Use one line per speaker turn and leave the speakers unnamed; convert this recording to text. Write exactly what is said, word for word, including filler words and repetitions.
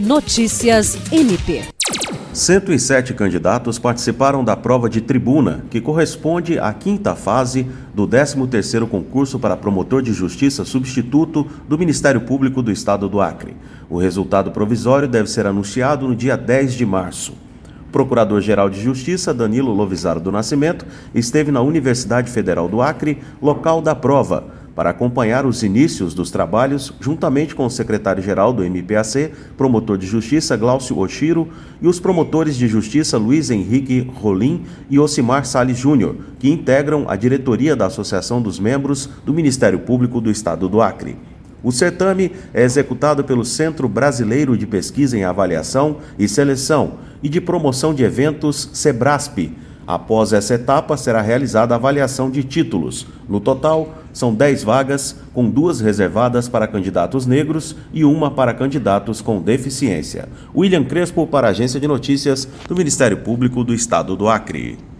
Notícias M P.
cento e sete candidatos participaram da prova de tribuna, que corresponde à quinta fase do décimo terceiro concurso para promotor de justiça substituto do Ministério Público do Estado do Acre. O resultado provisório deve ser anunciado no dia dez de março. O Procurador-Geral de Justiça, Danilo Lovisaro do Nascimento, esteve na Universidade Federal do Acre, local da prova, para acompanhar os inícios dos trabalhos, juntamente com o secretário-geral do M P A C, promotor de justiça Glaucio Oshiro, e os promotores de justiça Luiz Henrique Rolim e Ocimar Salles Júnior, que integram a diretoria da Associação dos Membros do Ministério Público do Estado do Acre. O certame é executado pelo Centro Brasileiro de Pesquisa em Avaliação e Seleção e de Promoção de Eventos, SEBRASP. Após essa etapa, será realizada a avaliação de títulos. No total, são dez vagas, com duas reservadas para candidatos negros e uma para candidatos com deficiência. William Crespo, para a Agência de Notícias do Ministério Público do Estado do Acre.